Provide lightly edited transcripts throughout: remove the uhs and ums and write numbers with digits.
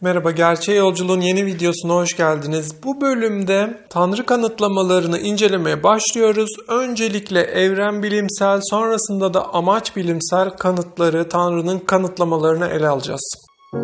Merhaba, Gerçeğe Yolculuğun yeni videosuna hoş geldiniz. Bu bölümde Tanrı kanıtlamalarını incelemeye başlıyoruz. Öncelikle evren bilimsel, sonrasında da amaç bilimsel kanıtları, Tanrı'nın kanıtlamalarını ele alacağız.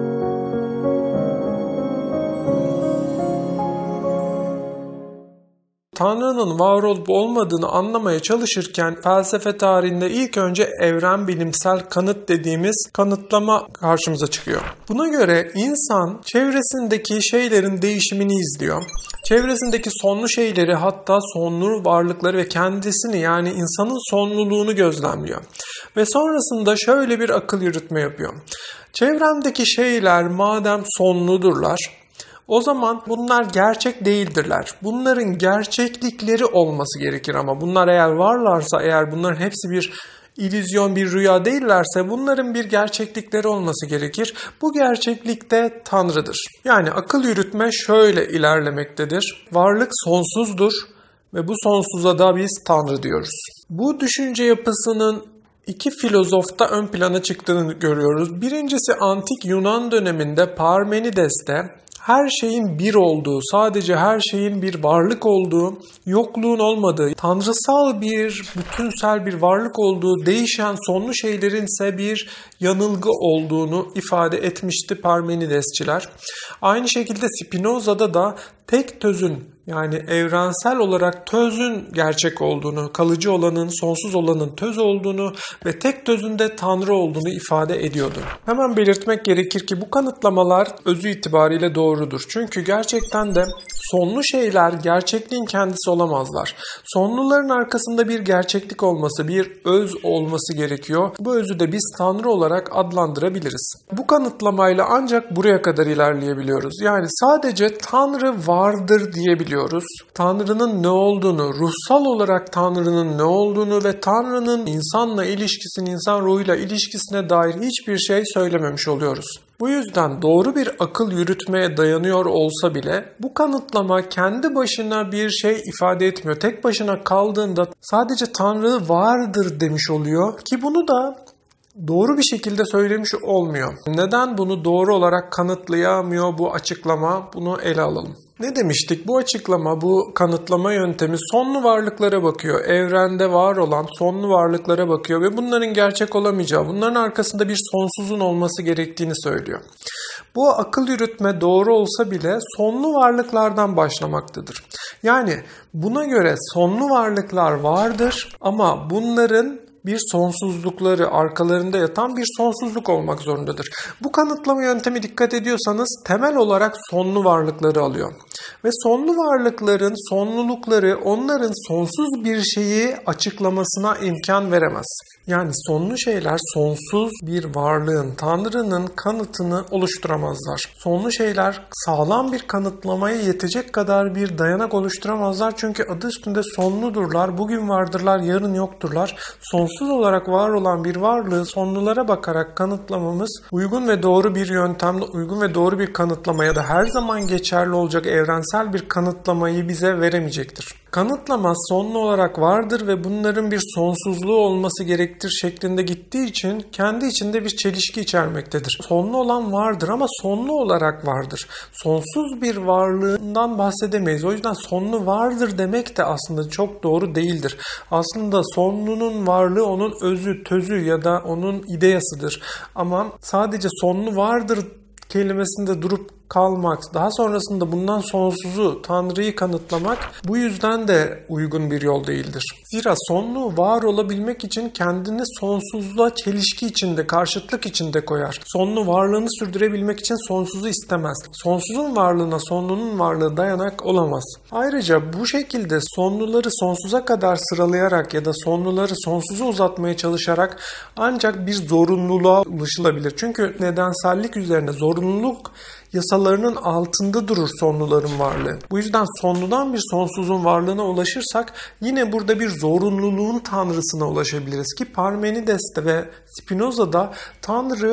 Tanrı'nın var olup olmadığını anlamaya çalışırken felsefe tarihinde ilk önce evren bilimsel kanıt dediğimiz kanıtlama karşımıza çıkıyor. Buna göre insan çevresindeki şeylerin değişimini izliyor. Çevresindeki sonlu şeyleri, hatta sonlu varlıkları ve kendisini, yani insanın sonluluğunu gözlemliyor. Ve sonrasında şöyle bir akıl yürütme yapıyor. Çevremdeki şeyler madem sonludurlar, o zaman bunlar gerçek değildirler. Bunların gerçeklikleri olması gerekir ama bunlar eğer varlarsa, eğer bunların hepsi bir illüzyon, bir rüya değillerse bunların bir gerçeklikleri olması gerekir. Bu gerçeklik de Tanrı'dır. Yani akıl yürütme şöyle ilerlemektedir. Varlık sonsuzdur ve bu sonsuza da biz Tanrı diyoruz. Bu düşünce yapısının İki filozofta ön plana çıktığını görüyoruz. Birincisi antik Yunan döneminde Parmenides'te her şeyin bir olduğu, sadece her şeyin bir varlık olduğu, yokluğun olmadığı, tanrısal bir, bütünsel bir varlık olduğu, değişen sonlu şeylerin ise bir yanılgı olduğunu ifade etmişti Parmenidesçiler. Aynı şekilde Spinoza'da da tek tözün, yani evrensel olarak tözün gerçek olduğunu, kalıcı olanın, sonsuz olanın töz olduğunu ve tek tözün de Tanrı olduğunu ifade ediyordu. Hemen belirtmek gerekir ki bu kanıtlamalar özü itibariyle doğrudur. Çünkü gerçekten de sonlu şeyler gerçekliğin kendisi olamazlar. Sonluların arkasında bir gerçeklik olması, bir öz olması gerekiyor. Bu özü de biz Tanrı olarak adlandırabiliriz. Bu kanıtlamayla ancak buraya kadar ilerleyebiliyoruz. Yani sadece Tanrı vardır diyebiliyoruz. Tanrı'nın ne olduğunu, ruhsal olarak Tanrı'nın ne olduğunu ve Tanrı'nın insanla ilişkisini, insan ruhuyla ilişkisine dair hiçbir şey söylememiş oluyoruz. Bu yüzden doğru bir akıl yürütmeye dayanıyor olsa bile bu kanıtlama kendi başına bir şey ifade etmiyor. Tek başına kaldığında sadece Tanrı vardır demiş oluyor ki bunu da doğru bir şekilde söylemiş olmuyor. Neden bunu doğru olarak kanıtlayamıyor bu açıklama? Bunu ele alalım. Ne demiştik? Bu açıklama, bu kanıtlama yöntemi sonlu varlıklara bakıyor. Evrende var olan sonlu varlıklara bakıyor ve bunların gerçek olamayacağı, bunların arkasında bir sonsuzun olması gerektiğini söylüyor. Bu akıl yürütme doğru olsa bile sonlu varlıklardan başlamaktadır. Yani buna göre sonlu varlıklar vardır ama bunların bir sonsuzlukları, arkalarında yatan bir sonsuzluk olmak zorundadır. Bu kanıtlama yöntemi dikkat ediyorsanız temel olarak sonlu varlıkları alıyor. Ve sonlu varlıkların sonlulukları onların sonsuz bir şeyi açıklamasına imkan veremez. Yani sonlu şeyler sonsuz bir varlığın, Tanrı'nın kanıtını oluşturamazlar. Sonlu şeyler sağlam bir kanıtlamaya yetecek kadar bir dayanak oluşturamazlar. Çünkü adı üstünde sonludurlar, bugün vardırlar, yarın yokturlar. Sonsuz olarak var olan bir varlığı sonlulara bakarak kanıtlamamız uygun ve doğru bir yöntemle, uygun ve doğru bir kanıtlamaya da her zaman geçerli olacak evrensel bir kanıtlamayı bize veremeyecektir. Kanıtlama sonlu olarak vardır ve bunların bir sonsuzluğu olması gerektir şeklinde gittiği için kendi içinde bir çelişki içermektedir. Sonlu olan vardır ama sonlu olarak vardır. Sonsuz bir varlığından bahsedemeyiz. O yüzden sonlu vardır demek de aslında çok doğru değildir. Aslında sonlunun varlığı onun özü, tözü ya da onun ideyasıdır. Ama sadece sonlu vardır kelimesinde durup kalmak, daha sonrasında bundan sonsuzu, Tanrı'yı kanıtlamak bu yüzden de uygun bir yol değildir. Zira sonlu var olabilmek için kendini sonsuzluğa çelişki içinde, karşıtlık içinde koyar. Sonlu varlığını sürdürebilmek için sonsuzu istemez. Sonsuzun varlığına sonlunun varlığı dayanak olamaz. Ayrıca bu şekilde sonluları sonsuza kadar sıralayarak ya da sonluları sonsuza uzatmaya çalışarak ancak bir zorunluluğa ulaşılabilir. Çünkü nedensellik üzerine zorunluluk yasalarının altında durur sonluların varlığı. Bu yüzden sonludan bir sonsuzun varlığına ulaşırsak yine burada bir zorunluluğun tanrısına ulaşabiliriz ki Parmenides'te ve Spinoza'da Tanrı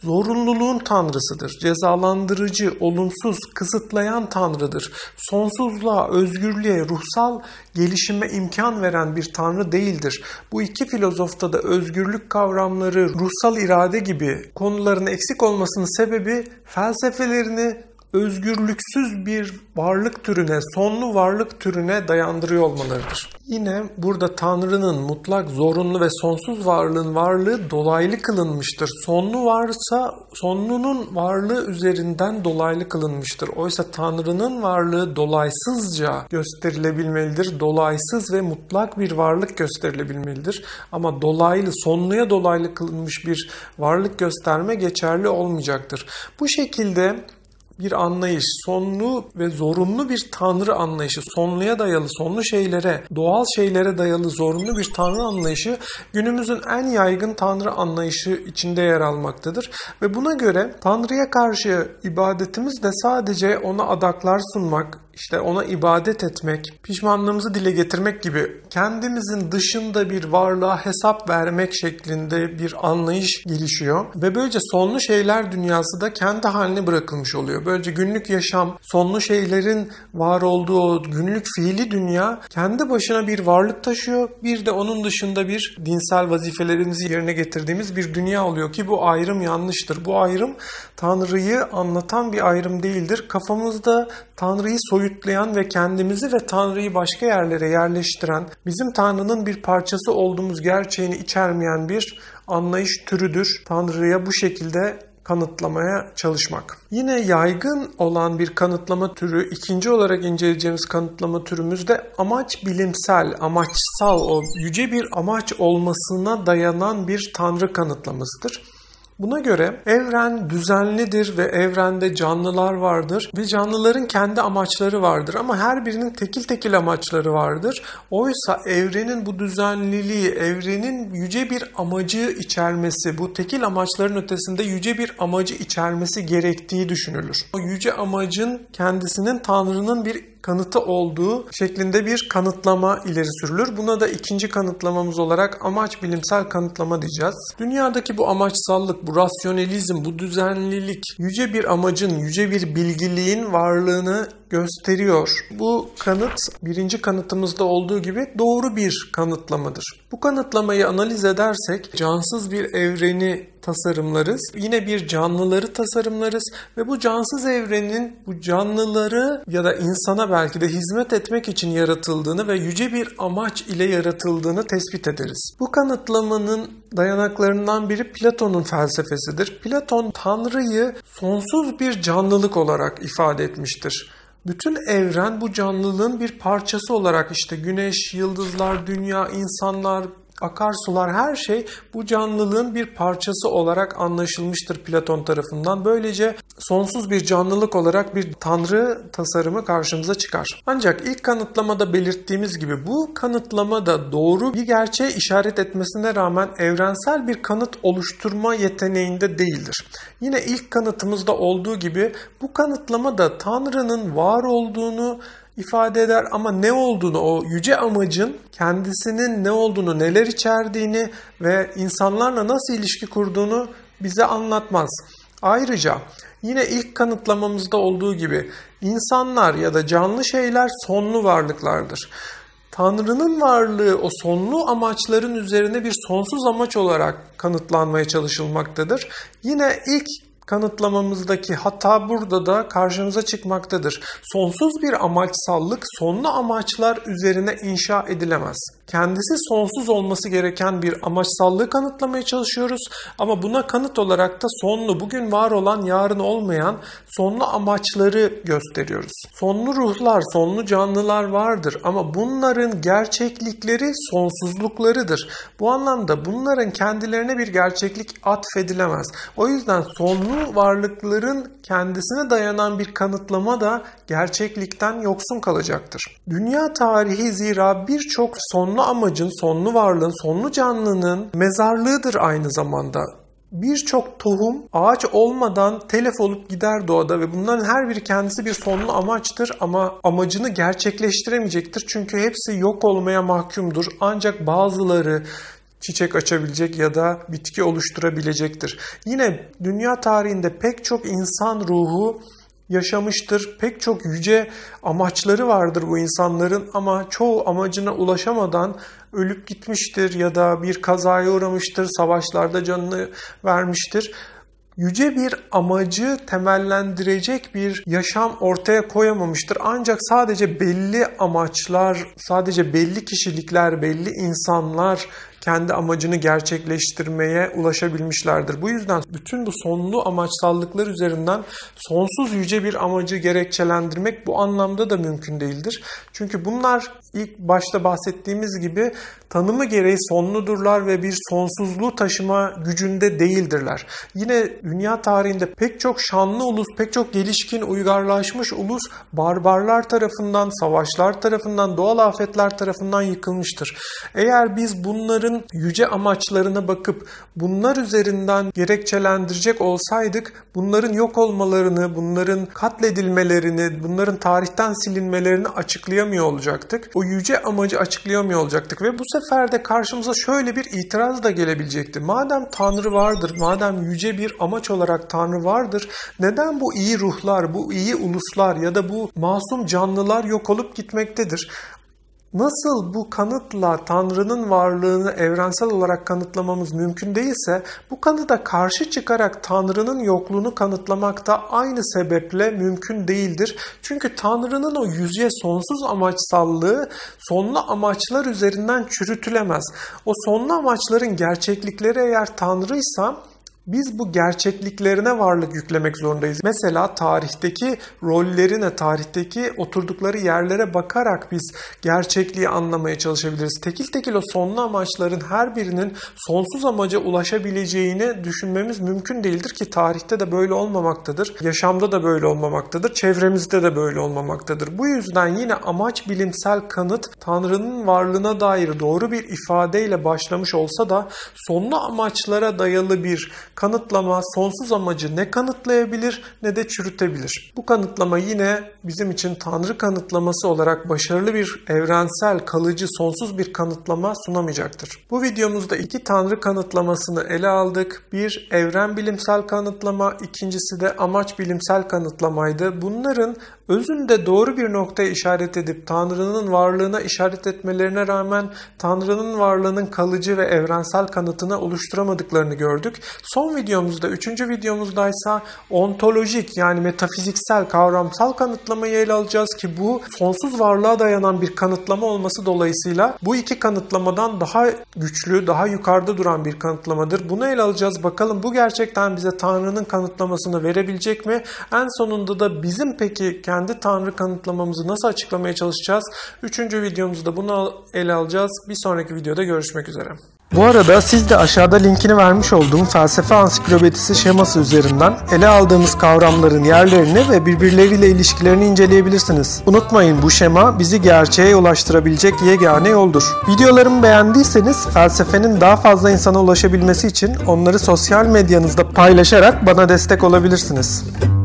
zorunluluğun tanrısıdır. Cezalandırıcı, olumsuz, kısıtlayan tanrıdır. Sonsuzluğa, özgürlüğe, ruhsal gelişime imkan veren bir tanrı değildir. Bu iki filozofta da özgürlük kavramları, ruhsal irade gibi konuların eksik olmasının sebebi felsefelerini özgürlüksüz bir varlık türüne, sonlu varlık türüne dayandırıyor olmalarıdır. Yine burada Tanrı'nın mutlak, zorunlu ve sonsuz varlığın varlığı dolaylı kılınmıştır. Sonlu varsa sonlunun varlığı üzerinden dolaylı kılınmıştır. Oysa Tanrı'nın varlığı dolaysızca gösterilebilmelidir. Dolaysız ve mutlak bir varlık gösterilebilmelidir. Ama dolaylı, sonluya dolaylı kılınmış bir varlık gösterme geçerli olmayacaktır. Bu şekilde bir anlayış, sonlu ve zorunlu bir tanrı anlayışı, sonluya dayalı, sonlu şeylere, doğal şeylere dayalı zorunlu bir tanrı anlayışı günümüzün en yaygın tanrı anlayışı içinde yer almaktadır. Ve buna göre tanrıya karşı ibadetimiz de sadece ona adaklar sunmak, işte ona ibadet etmek, pişmanlığımızı dile getirmek gibi kendimizin dışında bir varlığa hesap vermek şeklinde bir anlayış gelişiyor. Ve böylece sonlu şeyler dünyası da kendi haline bırakılmış oluyor. Böylece günlük yaşam, sonlu şeylerin var olduğu o günlük fiili dünya kendi başına bir varlık taşıyor. Bir de onun dışında bir dinsel vazifelerimizi yerine getirdiğimiz bir dünya oluyor ki bu ayrım yanlıştır. Bu ayrım Tanrı'yı anlatan bir ayrım değildir. Kafamızda Tanrı'yı soyutlayan ve kendimizi ve Tanrı'yı başka yerlere yerleştiren, bizim Tanrı'nın bir parçası olduğumuz gerçeğini içermeyen bir anlayış türüdür. Tanrı'ya bu şekilde kanıtlamaya çalışmak. Yine yaygın olan bir kanıtlama türü, ikinci olarak inceleyeceğimiz kanıtlama türümüz de amaç bilimsel, amaçsal, o yüce bir amaç olmasına dayanan bir Tanrı kanıtlamasıdır. Buna göre evren düzenlidir ve evrende canlılar vardır ve canlıların kendi amaçları vardır ama her birinin tekil tekil amaçları vardır. Oysa evrenin bu düzenliliği, evrenin yüce bir amacı içermesi, bu tekil amaçların ötesinde yüce bir amacı içermesi gerektiği düşünülür. O yüce amacın kendisinin Tanrı'nın bir kanıtı olduğu şeklinde bir kanıtlama ileri sürülür. Buna da ikinci kanıtlamamız olarak amaç bilimsel kanıtlama diyeceğiz. Dünyadaki bu amaçsallık, bu rasyonelizm, bu düzenlilik yüce bir amacın, yüce bir bilgiliğin varlığını gösteriyor. Bu kanıt birinci kanıtımızda olduğu gibi doğru bir kanıtlamadır. Bu kanıtlamayı analiz edersek cansız bir evreni tasarımlarız. Yine bir canlıları tasarımlarız ve bu cansız evrenin bu canlıları ya da insana belki de hizmet etmek için yaratıldığını ve yüce bir amaç ile yaratıldığını tespit ederiz. Bu kanıtlamanın dayanaklarından biri Platon'un felsefesidir. Platon Tanrı'yı sonsuz bir canlılık olarak ifade etmiştir. Bütün evren bu canlılığın bir parçası olarak işte güneş, yıldızlar, dünya, insanlar, akarsular her şey bu canlılığın bir parçası olarak anlaşılmıştır Platon tarafından. Böylece sonsuz bir canlılık olarak bir tanrı tasarımı karşımıza çıkar. Ancak ilk kanıtlamada belirttiğimiz gibi bu kanıtlamada doğru bir gerçeğe işaret etmesine rağmen evrensel bir kanıt oluşturma yeteneğinde değildir. Yine ilk kanıtımızda olduğu gibi bu kanıtlama da Tanrı'nın var olduğunu ifade eder ama ne olduğunu, o yüce amacın kendisinin ne olduğunu, neler içerdiğini ve insanlarla nasıl ilişki kurduğunu bize anlatmaz. Ayrıca yine ilk kanıtlamamızda olduğu gibi insanlar ya da canlı şeyler sonlu varlıklardır. Tanrı'nın varlığı o sonlu amaçların üzerine bir sonsuz amaç olarak kanıtlanmaya çalışılmaktadır. Yine ilk kanıtlamamızdaki hata burada da karşımıza çıkmaktadır. Sonsuz bir amaçsallık sonlu amaçlar üzerine inşa edilemez. Kendisi sonsuz olması gereken bir amaçsallığı kanıtlamaya çalışıyoruz ama buna kanıt olarak da sonlu, bugün var olan, yarın olmayan sonlu amaçları gösteriyoruz. Sonlu ruhlar, sonlu canlılar vardır ama bunların gerçeklikleri sonsuzluklarıdır. Bu anlamda bunların kendilerine bir gerçeklik atfedilemez. O yüzden sonlu varlıkların kendisine dayanan bir kanıtlama da gerçeklikten yoksun kalacaktır. Dünya tarihi zira birçok sonlu amacın, sonlu varlığın, sonlu canlının mezarlığıdır aynı zamanda. Birçok tohum ağaç olmadan telef olup gider doğada ve bunların her biri kendisi bir sonlu amaçtır ama amacını gerçekleştiremeyecektir. Çünkü hepsi yok olmaya mahkumdur. Ancak bazıları çiçek açabilecek ya da bitki oluşturabilecektir. Yine dünya tarihinde pek çok insan ruhu yaşamıştır. Pek çok yüce amaçları vardır bu insanların ama çoğu amacına ulaşamadan ölüp gitmiştir ya da bir kazaya uğramıştır, savaşlarda canını vermiştir. Yüce bir amacı temellendirecek bir yaşam ortaya koyamamıştır. Ancak sadece belli amaçlar, sadece belli kişilikler, belli insanlar kendi amacını gerçekleştirmeye ulaşabilmişlerdir. Bu yüzden bütün bu sonlu amaçsallıklar üzerinden sonsuz yüce bir amacı gerekçelendirmek bu anlamda da mümkün değildir. Çünkü bunlar ilk başta bahsettiğimiz gibi tanımı gereği sonludurlar ve bir sonsuzluğu taşıma gücünde değildirler. Yine dünya tarihinde pek çok şanlı ulus, pek çok gelişkin, uygarlaşmış ulus barbarlar tarafından, savaşlar tarafından, doğal afetler tarafından yıkılmıştır. Eğer biz bunların yüce amaçlarına bakıp bunlar üzerinden gerekçelendirecek olsaydık bunların yok olmalarını, bunların katledilmelerini, bunların tarihten silinmelerini açıklayamıyor olacaktık. O yüce amacı açıklayamıyor olacaktık ve bu sefer de karşımıza şöyle bir itiraz da gelebilecekti. Madem Tanrı vardır, madem yüce bir amaç olarak Tanrı vardır, neden bu iyi ruhlar, bu iyi uluslar ya da bu masum canlılar yok olup gitmektedir? Nasıl bu kanıtla Tanrı'nın varlığını evrensel olarak kanıtlamamız mümkün değilse, bu kanıta karşı çıkarak Tanrı'nın yokluğunu kanıtlamak da aynı sebeple mümkün değildir. Çünkü Tanrı'nın o yüce sonsuz amaçsallığı sonlu amaçlar üzerinden çürütülemez. O sonlu amaçların gerçeklikleri eğer Tanrı'ysa, biz bu gerçekliklerine varlık yüklemek zorundayız. Mesela tarihteki rollerine, tarihteki oturdukları yerlere bakarak biz gerçekliği anlamaya çalışabiliriz. Tekil tekil o sonlu amaçların her birinin sonsuz amaca ulaşabileceğini düşünmemiz mümkün değildir ki tarihte de böyle olmamaktadır. Yaşamda da böyle olmamaktadır. Çevremizde de böyle olmamaktadır. Bu yüzden yine amaç bilimsel kanıt Tanrı'nın varlığına dair doğru bir ifadeyle başlamış olsa da sonlu amaçlara dayalı bir kanıtlama sonsuz amacı ne kanıtlayabilir ne de çürütebilir. Bu kanıtlama yine bizim için Tanrı kanıtlaması olarak başarılı bir evrensel, kalıcı, sonsuz bir kanıtlama sunamayacaktır. Bu videomuzda iki Tanrı kanıtlamasını ele aldık. Bir evren bilimsel kanıtlama, ikincisi de amaç bilimsel kanıtlamaydı. Bunların özünde doğru bir noktaya işaret edip Tanrı'nın varlığına işaret etmelerine rağmen Tanrı'nın varlığının kalıcı ve evrensel kanıtını oluşturamadıklarını gördük. Son videomuzda, üçüncü videomuzdaysa ontolojik yani metafiziksel, kavramsal kanıtlamayı ele alacağız ki bu sonsuz varlığa dayanan bir kanıtlama olması dolayısıyla bu iki kanıtlamadan daha güçlü, daha yukarıda duran bir kanıtlamadır. Bunu ele alacağız. Bakalım bu gerçekten bize Tanrı'nın kanıtlamasını verebilecek mi? En sonunda da bizim peki kendi Tanrı kanıtlamamızı nasıl açıklamaya çalışacağız? Üçüncü videomuzda bunu ele alacağız. Bir sonraki videoda görüşmek üzere. Bu arada siz de aşağıda linkini vermiş olduğum felsefe ansiklopedisi şeması üzerinden ele aldığımız kavramların yerlerini ve birbirleriyle ilişkilerini inceleyebilirsiniz. Unutmayın, bu şema bizi gerçeğe ulaştırabilecek yegane yoldur. Videolarımı beğendiyseniz felsefenin daha fazla insana ulaşabilmesi için onları sosyal medyanızda paylaşarak bana destek olabilirsiniz.